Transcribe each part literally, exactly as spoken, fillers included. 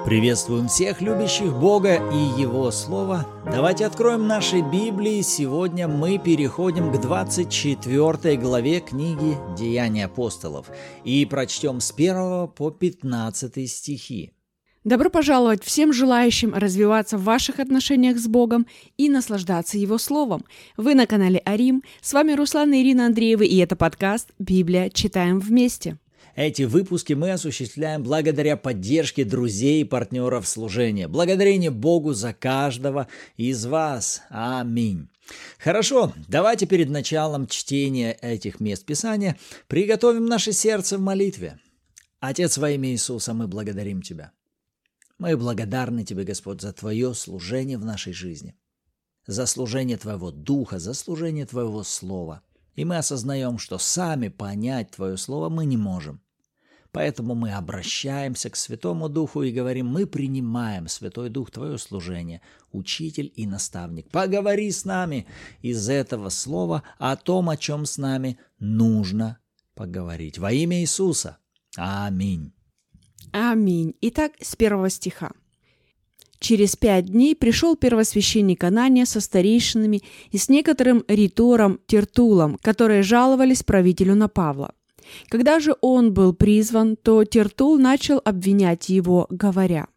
Приветствуем всех любящих Бога и Его Слово. Давайте откроем наши Библии. Сегодня мы переходим к двадцать четвёртой главе книги «Деяния апостолов» и прочтем с первого по пятнадцатый стихи. Добро пожаловать всем желающим развиваться в ваших отношениях с Богом и наслаждаться Его Словом. Вы на канале Арим. С вами Руслан и Ирина Андреевы, и это подкаст «Библия. Читаем вместе». Эти выпуски мы осуществляем благодаря поддержке друзей и партнеров служения. Благодарение Богу за каждого из вас. Аминь. Хорошо, давайте перед началом чтения этих мест Писания приготовим наше сердце в молитве. Отец, во имя Иисуса, мы благодарим Тебя. Мы благодарны Тебе, Господь, за Твое служение в нашей жизни, за служение Твоего Духа, за служение Твоего Слова. И мы осознаем, что сами понять Твое Слово мы не можем. Поэтому мы обращаемся к Святому Духу и говорим: мы принимаем, Святой Дух, Твое служение, учитель и наставник. Поговори с нами из этого слова о том, о чем с нами нужно поговорить. Во имя Иисуса. Аминь. Аминь. Итак, с первого стиха. «Через пять дней пришел первосвященник Анания со старейшинами и с некоторым ритором Тертулом, которые жаловались правителю на Павла. Когда же он был призван, то Тертул начал обвинять его, говоря: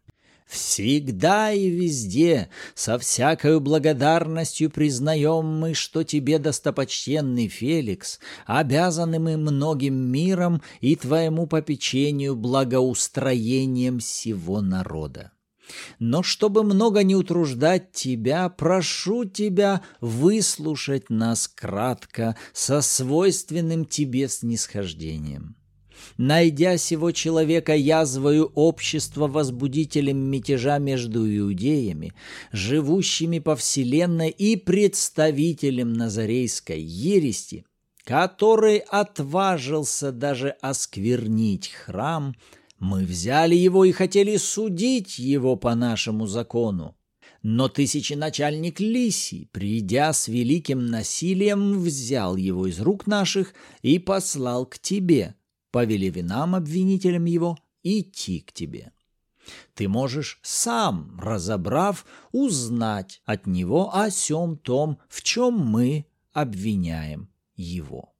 «Всегда и везде со всякою благодарностью признаем мы, что тебе, достопочтенный Феликс, обязаны мы многим миром и твоему попечению благоустроением сего народа. Но чтобы много не утруждать тебя, прошу тебя выслушать нас кратко, со свойственным тебе снисхождением. Найдя сего человека язвою общества возбудителем мятежа между иудеями, живущими по вселенной, и представителем назарейской ереси, который отважился даже осквернить храм, мы взяли его и хотели судить его по нашему закону. Но тысяченачальник Лисий, придя с великим насилием, взял его из рук наших и послал к тебе, повелев нам, обвинителям его, идти к тебе. Ты можешь сам, разобрав, узнать от него о сем том, в чем мы обвиняем его».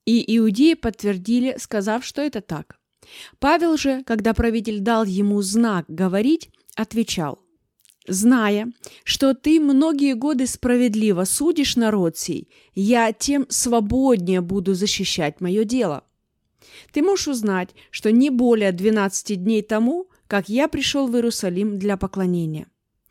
И иудеи подтвердили, сказав, что это так. Павел же, когда правитель дал ему знак говорить, отвечал: «Зная, что ты многие годы справедливо судишь народ сей, я тем свободнее буду защищать мое дело. Ты можешь узнать, что не более двенадцати дней тому, как я пришел в Иерусалим для поклонения.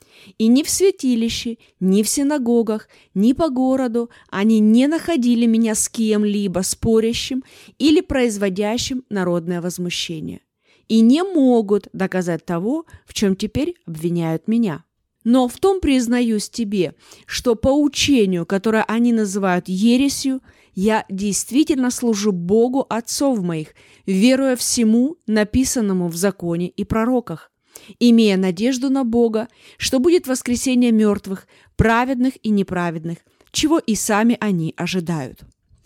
И ни в святилище, ни в синагогах, ни по городу они не находили меня с кем-либо спорящим или производящим народное возмущение, и не могут доказать того, в чем теперь обвиняют меня. Но в том признаюсь тебе, что по учению, которое они называют ересью, я действительно служу Богу отцов моих, веруя всему, написанному в законе и пророках, имея надежду на Бога, что будет воскресение мертвых, праведных и неправедных, чего и сами они ожидают».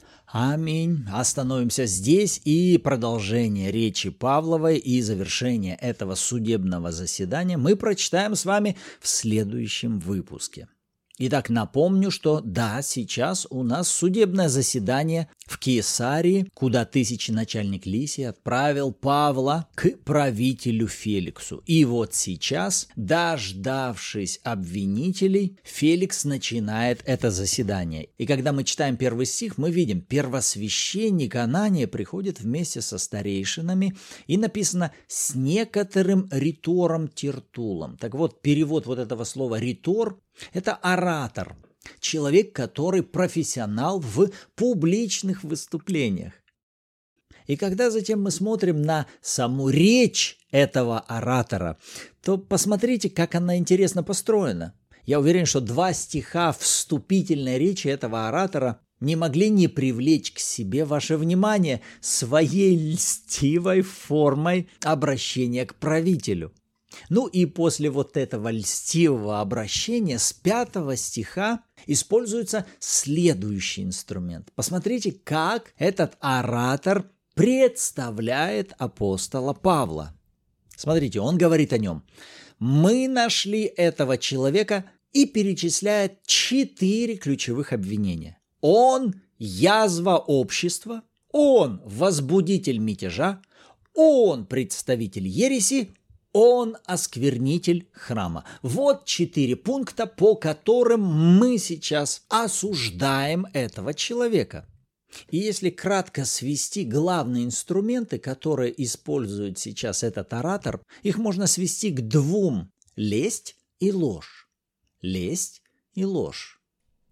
Аминь. Остановимся здесь, и продолжение речи Павловой и завершение этого судебного заседания мы прочитаем с вами в следующем выпуске. Итак, напомню, что да, сейчас у нас судебное заседание в Кесарии, куда тысяченачальник Лисий отправил Павла к правителю Феликсу. И вот сейчас, дождавшись обвинителей, Феликс начинает это заседание. И когда мы читаем первый стих, мы видим: первосвященник Анания приходит вместе со старейшинами, и написано «с некоторым ритором Тертулом». Так вот, перевод вот этого слова «ритор» — это оратор, человек, который профессионал в публичных выступлениях. И когда затем мы смотрим на саму речь этого оратора, то посмотрите, как она интересно построена. Я уверен, что два стиха вступительной речи этого оратора не могли не привлечь к себе ваше внимание своей льстивой формой обращения к правителю. Ну и после вот этого льстивого обращения с пятого стиха используется следующий инструмент. Посмотрите, как этот оратор представляет апостола Павла. Смотрите, он говорит о нем. Мы нашли этого человека и перечисляет четыре ключевых обвинения. Он язва общества, он возбудитель мятежа, он представитель ереси, он осквернитель храма. Вот четыре пункта, по которым мы сейчас осуждаем этого человека. И если кратко свести главные инструменты, которые использует сейчас этот оратор, их можно свести к двум – лесть и ложь. Лесть и ложь.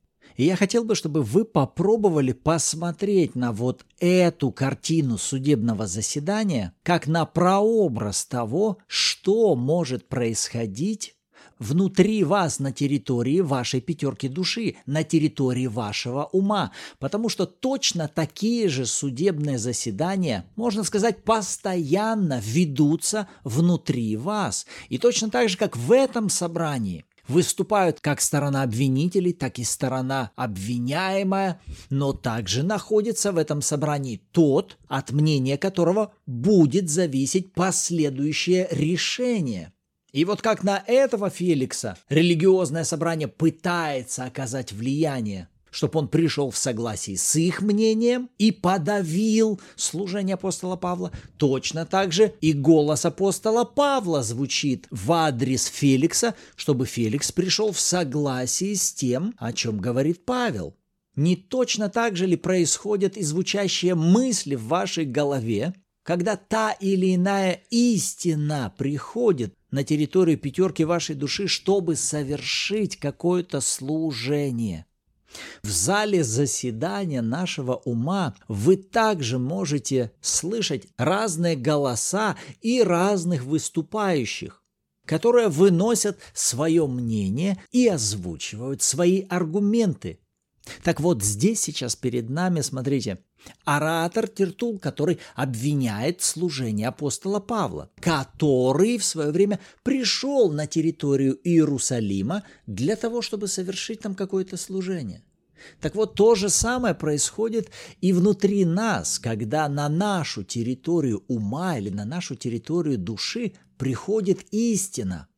И я хотел бы, чтобы вы попробовали посмотреть на вот эту картину судебного заседания как на прообраз того, что может происходить внутри вас, на территории вашей пятерки души, на территории вашего ума. Потому что точно такие же судебные заседания, можно сказать, постоянно ведутся внутри вас. И точно так же, как в этом собрании, выступают как сторона обвинителей, так и сторона обвиняемая, но также находится в этом собрании тот, от мнения которого будет зависеть последующее решение. И вот как на этого Феликса религиозное собрание пытается оказать влияние, чтобы он пришел в согласии с их мнением и подавил служение апостола Павла, точно так же и голос апостола Павла звучит в адрес Феликса, чтобы Феликс пришел в согласии с тем, о чем говорит Павел. Не точно так же ли происходят и звучащие мысли в вашей голове, когда та или иная истина приходит на территорию пятерки вашей души, чтобы совершить какое-то служение? В зале заседания нашего ума вы также можете слышать разные голоса и разных выступающих, которые выносят свое мнение и озвучивают свои аргументы. Так вот, здесь сейчас перед нами, смотрите, оратор Тертулл, который обвиняет служение апостола Павла, который в свое время пришел на территорию Иерусалима для того, чтобы совершить там какое-то служение. Так вот, то же самое происходит и внутри нас, когда на нашу территорию ума или на нашу территорию души приходит истина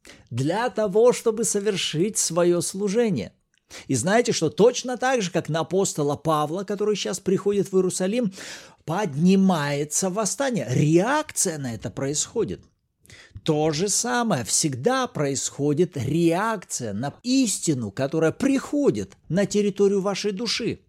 для того, чтобы совершить свое служение. И знаете, что точно так же, как на апостола Павла, который сейчас приходит в Иерусалим, поднимается восстание. Реакция на это происходит. То же самое всегда происходит реакция на истину, которая приходит на территорию вашей души.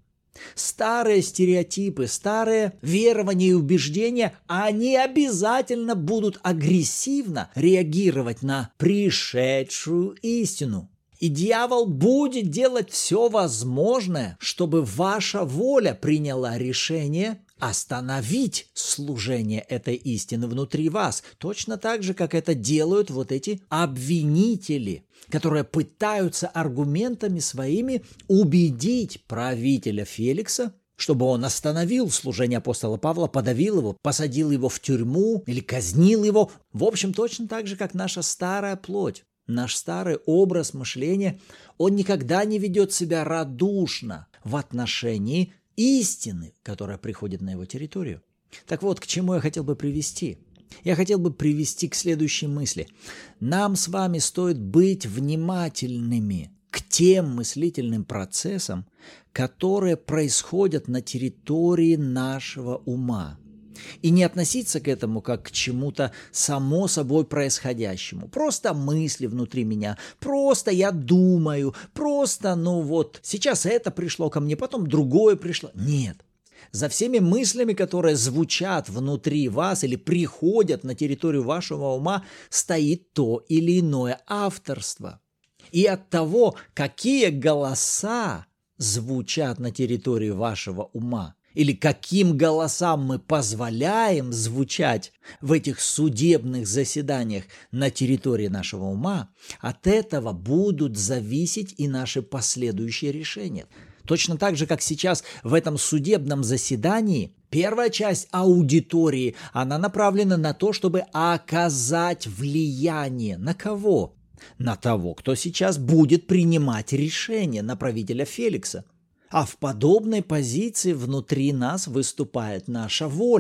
Старые стереотипы, старые верования и убеждения, они обязательно будут агрессивно реагировать на пришедшую истину. И дьявол будет делать все возможное, чтобы ваша воля приняла решение остановить служение этой истины внутри вас. Точно так же, как это делают вот эти обвинители, которые пытаются аргументами своими убедить правителя Феликса, чтобы он остановил служение апостола Павла, подавил его, посадил его в тюрьму или казнил его. В общем, точно так же, как наша старая плоть. Наш старый образ мышления, он никогда не ведет себя радушно в отношении истины, которая приходит на его территорию. Так вот, к чему я хотел бы привести? Я хотел бы привести к следующей мысли. Нам с вами стоит быть внимательными к тем мыслительным процессам, которые происходят на территории нашего ума. И не относиться к этому как к чему-то само собой происходящему. Просто мысли внутри меня, просто я думаю, просто, ну вот, сейчас это пришло ко мне, потом другое пришло. Нет. За всеми мыслями, которые звучат внутри вас или приходят на территорию вашего ума, стоит то или иное авторство. И от того, какие голоса звучат на территории вашего ума, или каким голосам мы позволяем звучать в этих судебных заседаниях на территории нашего ума, от этого будут зависеть и наши последующие решения. Точно так же, как сейчас в этом судебном заседании, первая часть аудитории, она направлена на то, чтобы оказать влияние. На кого? На того, кто сейчас будет принимать решение, на правителя Феликса. А в подобной позиции внутри нас выступает наша воля.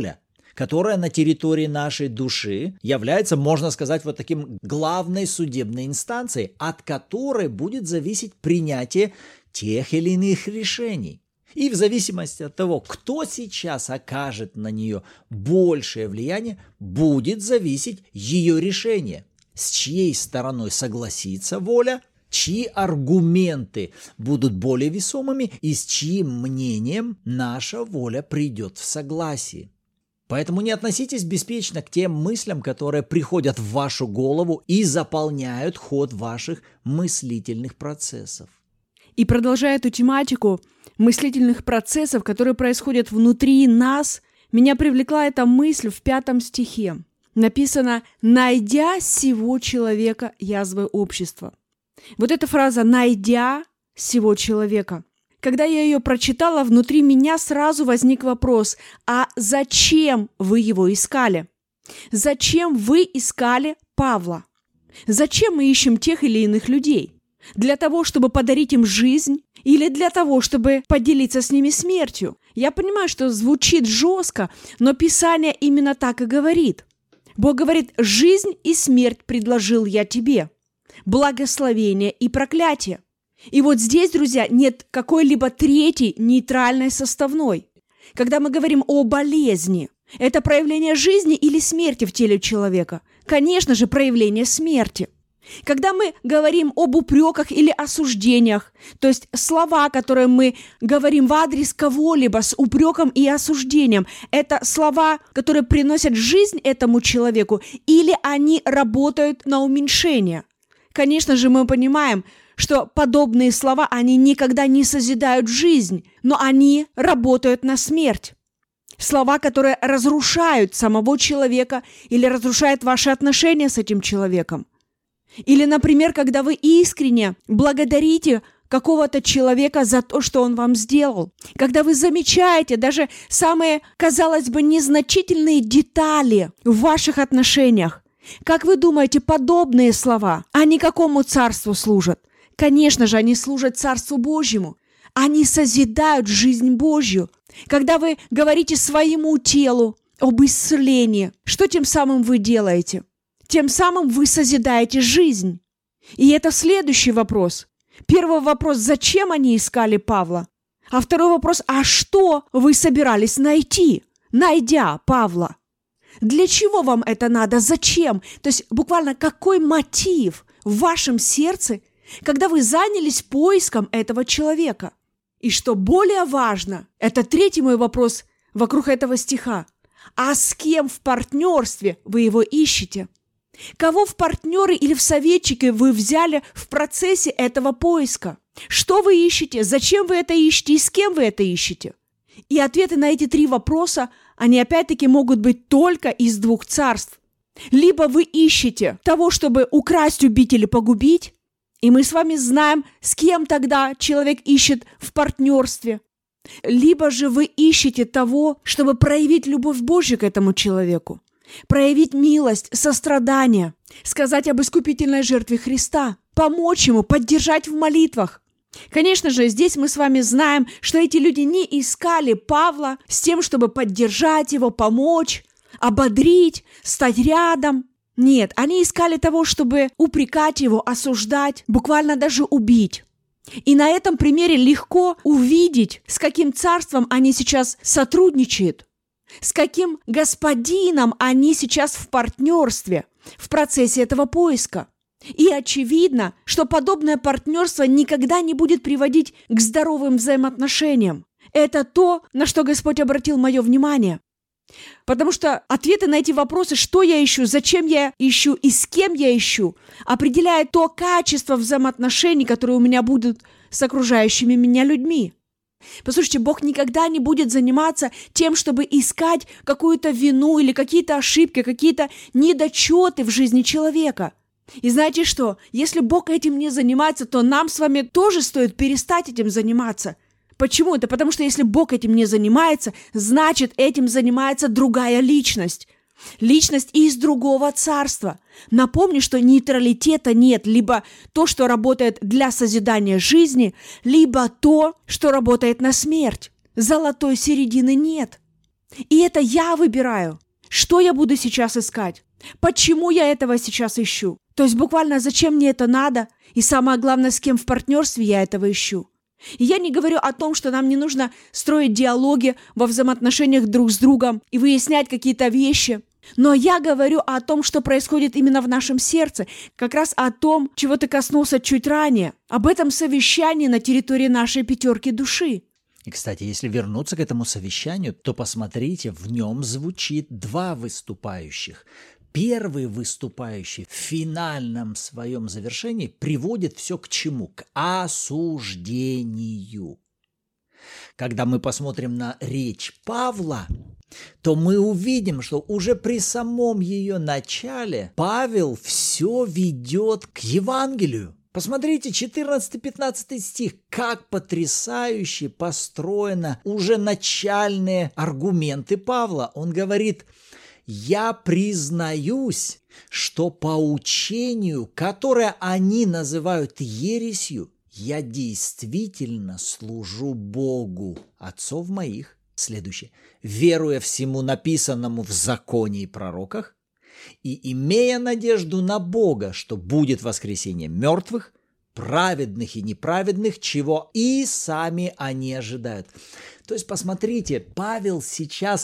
которая на территории нашей души является, можно сказать, вот таким главной судебной инстанцией, от которой будет зависеть принятие тех или иных решений. И в зависимости от того, кто сейчас окажет на нее большее влияние, будет зависеть ее решение. С чьей стороной согласится воля, чьи аргументы будут более весомыми и с чьим мнением наша воля придет в согласие. Поэтому не относитесь беспечно к тем мыслям, которые приходят в вашу голову и заполняют ход ваших мыслительных процессов. И продолжая эту тематику мыслительных процессов, которые происходят внутри нас, меня привлекла эта мысль в пятом стихе. Написано «найдя сего человека язвой общества». Вот эта фраза «найдя сего человека». Когда я ее прочитала, внутри меня сразу возник вопрос: а зачем вы его искали? Зачем вы искали Павла? Зачем мы ищем тех или иных людей? Для того, чтобы подарить им жизнь, или для того, чтобы поделиться с ними смертью? Я понимаю, что звучит жестко, но Писание именно так и говорит. Бог говорит: «Жизнь и смерть предложил я тебе, благословение и проклятие». И вот здесь, друзья, нет какой-либо третьей нейтральной составной. Когда мы говорим о болезни, это проявление жизни или смерти в теле человека? Конечно же, проявление смерти. Когда мы говорим об упреках или осуждениях, то есть слова, которые мы говорим в адрес кого-либо с упреком и осуждением, это слова, которые приносят жизнь этому человеку, или они работают на уменьшение? Конечно же, мы понимаем, что подобные слова, они никогда не созидают жизнь, но они работают на смерть. Слова, которые разрушают самого человека или разрушают ваши отношения с этим человеком. Или, например, когда вы искренне благодарите какого-то человека за то, что он вам сделал. Когда вы замечаете даже самые, казалось бы, незначительные детали в ваших отношениях. Как вы думаете, подобные слова, они какому царству служат? Конечно же, они служат Царству Божьему. Они созидают жизнь Божью. Когда вы говорите своему телу об исцелении, что тем самым вы делаете? Тем самым вы созидаете жизнь. И это следующий вопрос. Первый вопрос: зачем они искали Павла? А второй вопрос: а что вы собирались найти, найдя Павла? Для чего вам это надо? Зачем? То есть буквально какой мотив в вашем сердце, когда вы занялись поиском этого человека? И что более важно, это третий мой вопрос вокруг этого стиха. А с кем в партнерстве вы его ищете? Кого в партнеры или в советчики вы взяли в процессе этого поиска? Что вы ищете? Зачем вы это ищете? И с кем вы это ищете? И ответы на эти три вопроса, они опять-таки могут быть только из двух царств. Либо вы ищете того, чтобы украсть, убить или погубить, и мы с вами знаем, с кем тогда человек ищет в партнерстве. Либо же вы ищете того, чтобы проявить любовь Божью к этому человеку, проявить милость, сострадание, сказать об искупительной жертве Христа, помочь ему, поддержать в молитвах. Конечно же, здесь мы с вами знаем, что эти люди не искали Павла с тем, чтобы поддержать его, помочь, ободрить, стать рядом. Нет, они искали того, чтобы упрекать его, осуждать, буквально даже убить. И на этом примере легко увидеть, с каким царством они сейчас сотрудничают, с каким господином они сейчас в партнерстве в процессе этого поиска. И очевидно, что подобное партнерство никогда не будет приводить к здоровым взаимоотношениям. Это то, на что Господь обратил мое внимание. Потому что ответы на эти вопросы, что я ищу, зачем я ищу и с кем я ищу, определяет то качество взаимоотношений, которые у меня будут с окружающими меня людьми. Послушайте, Бог никогда не будет заниматься тем, чтобы искать какую-то вину или какие-то ошибки, какие-то недочеты в жизни человека. И знаете что? Если Бог этим не занимается, то нам с вами тоже стоит перестать этим заниматься. Почему? Это потому что если Бог этим не занимается, значит, этим занимается другая личность. Личность из другого царства. Напомню, что нейтралитета нет. Либо то, что работает для созидания жизни, либо то, что работает на смерть. Золотой середины нет. И это я выбираю. Что я буду сейчас искать? Почему я этого сейчас ищу? То есть буквально зачем мне это надо? И самое главное, с кем в партнерстве я этого ищу? И я не говорю о том, что нам не нужно строить диалоги во взаимоотношениях друг с другом и выяснять какие-то вещи. Но я говорю о том, что происходит именно в нашем сердце, как раз о том, чего ты коснулся чуть ранее, об этом совещании на территории нашей пятерки души. И, кстати, если вернуться к этому совещанию, то посмотрите, в нем звучит два выступающих. Первый выступающий в финальном своем завершении приводит все к чему? К осуждению. Когда мы посмотрим на речь Павла, то мы увидим, что уже при самом ее начале Павел все ведет к Евангелию. Посмотрите, четырнадцатый-пятнадцатый стих, как потрясающе построены уже начальные аргументы Павла. Он говорит: «Я признаюсь, что по учению, которое они называют ересью, я действительно служу Богу, отцов моих». Следующее. «Веруя всему написанному в законе и пророках, и имея надежду на Бога, что будет воскресение мертвых, праведных и неправедных, чего и сами они ожидают». То есть, посмотрите, Павел сейчас,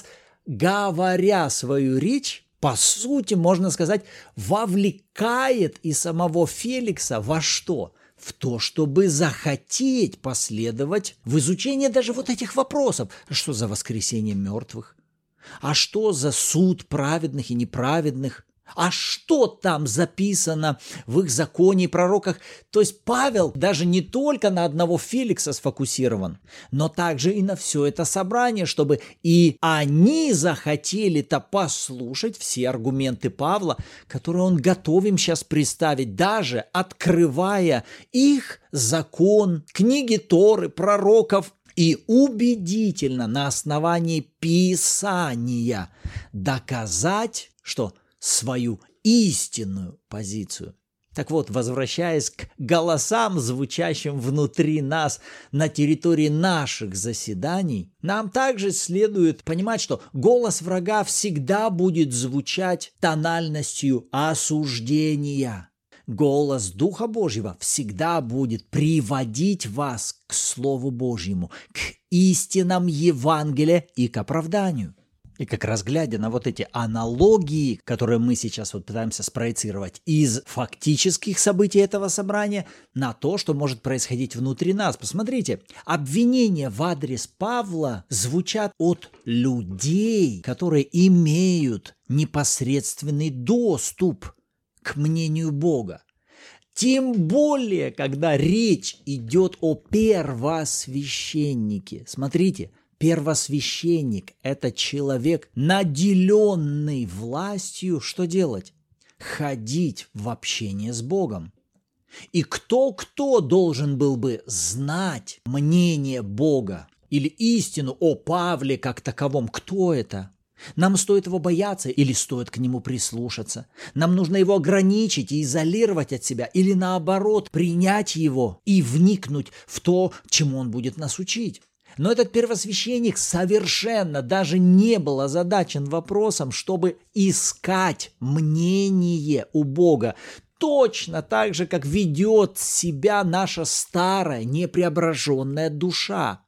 говоря свою речь, по сути, можно сказать, вовлекает и самого Феликса во что? В то, чтобы захотеть последовать в изучение даже вот этих вопросов. Что за воскресение мертвых? А что за суд праведных и неправедных? А что там записано в их законе и пророках? То есть Павел даже не только на одного Феликса сфокусирован, но также и на все это собрание, чтобы и они захотели-то послушать все аргументы Павла, которые он готов им сейчас представить, даже открывая их закон, книги Торы, пророков, и убедительно на основании Писания доказать, что свою истинную позицию. Так вот, возвращаясь к голосам, звучащим внутри нас на территории наших заседаний, нам также следует понимать, что голос врага всегда будет звучать тональностью осуждения. Голос Духа Божьего всегда будет приводить вас к Слову Божьему, к истинам Евангелия и к оправданию. И как раз глядя на вот эти аналогии, которые мы сейчас вот пытаемся спроецировать из фактических событий этого собрания на то, что может происходить внутри нас. Посмотрите, обвинения в адрес Павла звучат от людей, которые имеют непосредственный доступ к мнению Бога. Тем более, когда речь идет о первосвященнике. Смотрите, первосвященник – это человек, наделенный властью, что делать? Ходить в общение с Богом. И кто-кто должен был бы знать мнение Бога или истину о Павле как таковом? Кто это? Нам стоит его бояться или стоит к нему прислушаться? Нам нужно его ограничить и изолировать от себя или наоборот принять его и вникнуть в то, чему он будет нас учить? Но этот первосвященник совершенно даже не был озадачен вопросом, чтобы искать мнение у Бога. Точно так же, как ведет себя наша старая, непреображенная душа.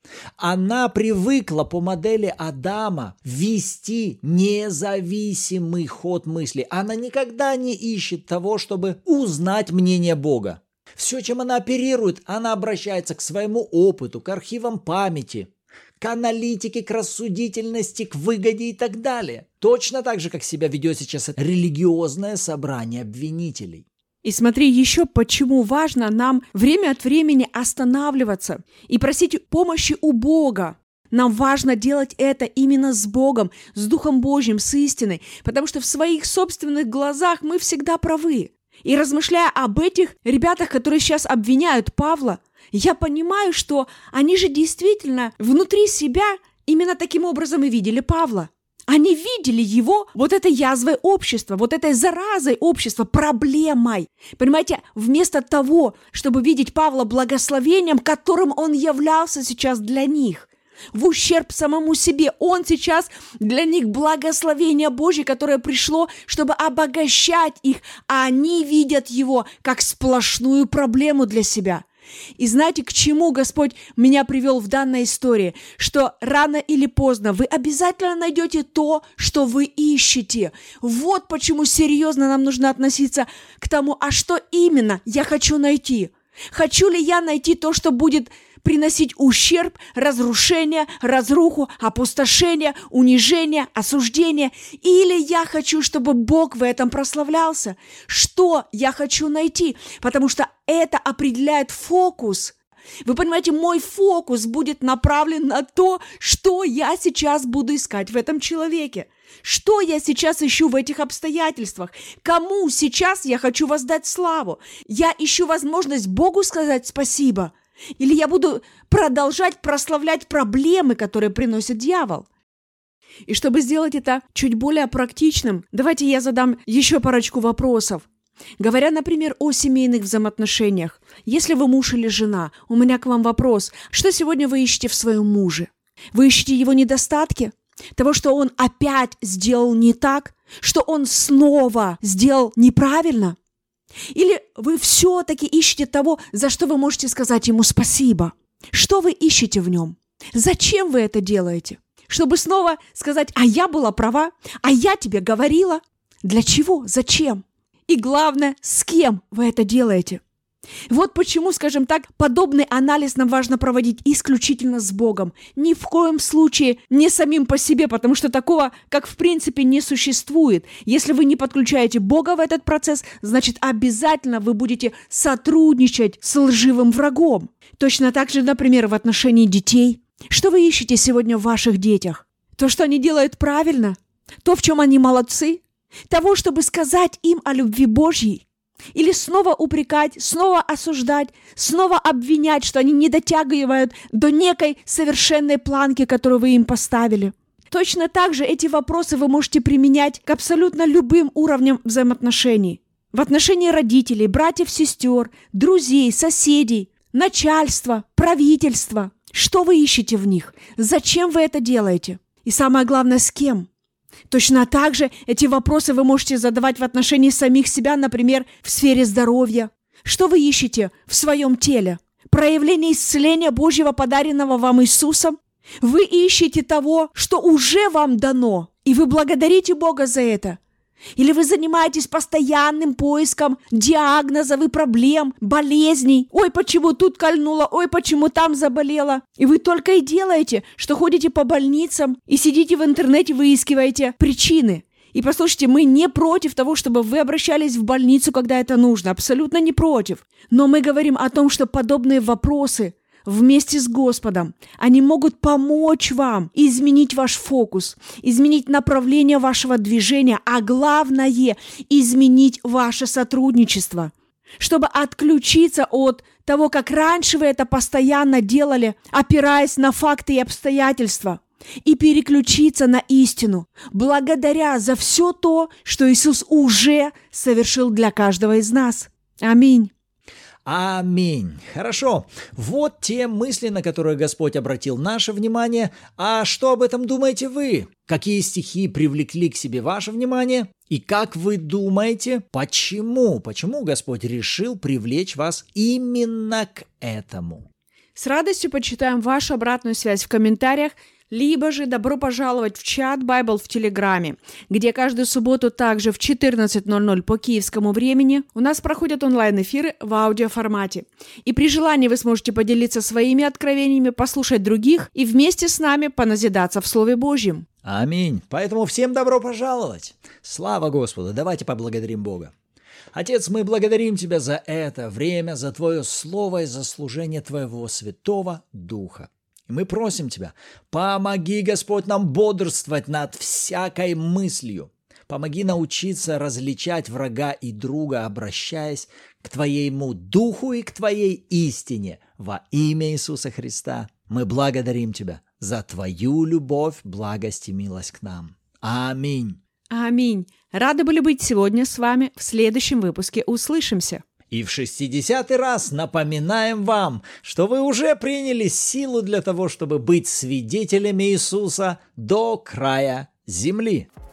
Она привыкла по модели Адама вести независимый ход мысли. Она никогда не ищет того, чтобы узнать мнение Бога. Все, чем она оперирует, она обращается к своему опыту, к архивам памяти, к аналитике, к рассудительности, к выгоде и так далее. Точно так же, как себя ведет сейчас религиозное собрание обвинителей. И смотри еще, почему важно нам время от времени останавливаться и просить помощи у Бога. Нам важно делать это именно с Богом, с Духом Божьим, с истиной, потому что в своих собственных глазах мы всегда правы. И размышляя об этих ребятах, которые сейчас обвиняют Павла, я понимаю, что они же действительно внутри себя именно таким образом и видели Павла. Они видели его вот этой язвой общества, вот этой заразой общества, проблемой. Понимаете, вместо того, чтобы видеть Павла благословением, которым он являлся сейчас для них. в ущерб самому себе. Он сейчас для них благословение Божье, которое пришло, чтобы обогащать их, а они видят его как сплошную проблему для себя. И знаете, к чему Господь меня привел в данной истории? Что рано или поздно вы обязательно найдете то, что вы ищете. Вот почему серьезно нам нужно относиться к тому, а что именно я хочу найти. Хочу ли я найти то, что будет приносить ущерб, разрушение, разруху, опустошение, унижение, осуждение? Или я хочу, чтобы Бог в этом прославлялся? Что я хочу найти? Потому что это определяет фокус. Вы понимаете, мой фокус будет направлен на то, что я сейчас буду искать в этом человеке. Что я сейчас ищу в этих обстоятельствах? Кому сейчас я хочу воздать славу? Я ищу возможность Богу сказать спасибо. Или я буду продолжать прославлять проблемы, которые приносит дьявол? И чтобы сделать это чуть более практичным, давайте я задам еще парочку вопросов. Говоря, например, о семейных взаимоотношениях. Если вы муж или жена, у меня к вам вопрос. Что сегодня вы ищете в своем муже? Вы ищете его недостатки? Того, что он опять сделал не так? Что он снова сделал неправильно? Или вы все-таки ищете того, за что вы можете сказать ему спасибо? Что вы ищете в нем? Зачем вы это делаете? Чтобы снова сказать, а я была права, а я тебе говорила. Для чего? Зачем? И главное, с кем вы это делаете? Вот почему, скажем так, подобный анализ нам важно проводить исключительно с Богом. Ни в коем случае не самим по себе, потому что такого, как в принципе, не существует. Если вы не подключаете Бога в этот процесс, значит, обязательно вы будете сотрудничать с лживым врагом. Точно так же, например, в отношении детей. Что вы ищете сегодня в ваших детях? То, что они делают правильно? То, в чем они молодцы? Того, чтобы сказать им о любви Божьей? Или снова упрекать, снова осуждать, снова обвинять, что они не дотягивают до некой совершенной планки, которую вы им поставили? Точно так же эти вопросы вы можете применять к абсолютно любым уровням взаимоотношений. В отношении родителей, братьев, сестер, друзей, соседей, начальства, правительства. Что вы ищете в них? Зачем вы это делаете? И самое главное, с кем? Точно так же эти вопросы вы можете задавать в отношении самих себя, например, в сфере здоровья. Что вы ищете в своем теле? Проявление исцеления Божьего, подаренного вам Иисусом? Вы ищете того, что уже вам дано, и вы благодарите Бога за это? Или вы занимаетесь постоянным поиском диагнозов и проблем, болезней? Ой, почему тут кольнуло? Ой, почему там заболело? И вы только и делаете, что ходите по больницам и сидите в интернете, выискиваете причины. И послушайте, мы не против того, чтобы вы обращались в больницу, когда это нужно. Абсолютно не против. Но мы говорим о том, что подобные вопросы вместе с Господом, они могут помочь вам изменить ваш фокус, изменить направление вашего движения, а главное – изменить ваше сотрудничество, чтобы отключиться от того, как раньше вы это постоянно делали, опираясь на факты и обстоятельства, и переключиться на истину, благодаря за все то, что Иисус уже совершил для каждого из нас. Аминь. Аминь. Хорошо. Вот те мысли, на которые Господь обратил наше внимание. А что об этом думаете вы? Какие стихи привлекли к себе ваше внимание? И как вы думаете, почему? Почему Господь решил привлечь вас именно к этому? С радостью почитаем вашу обратную связь в комментариях, либо же добро пожаловать в чат Bible в Телеграме, где каждую субботу также в четырнадцать ноль ноль по киевскому времени у нас проходят онлайн-эфиры в аудиоформате. И при желании вы сможете поделиться своими откровениями, послушать других и вместе с нами поназидаться в Слове Божьем. Аминь. Поэтому всем добро пожаловать. Слава Господу. Давайте поблагодарим Бога. Отец, мы благодарим Тебя за это время, за Твое Слово и за служение Твоего Святого Духа. И мы просим Тебя, помоги, Господь, нам бодрствовать над всякой мыслью. Помоги научиться различать врага и друга, обращаясь к Твоему Духу и к Твоей истине. Во имя Иисуса Христа мы благодарим Тебя за Твою любовь, благость и милость к нам. Аминь. Аминь. Рады были быть сегодня с вами. В следующем выпуске услышимся. И в шестидесятый раз напоминаем вам, что вы уже приняли силу для того, чтобы быть свидетелями Иисуса до края земли.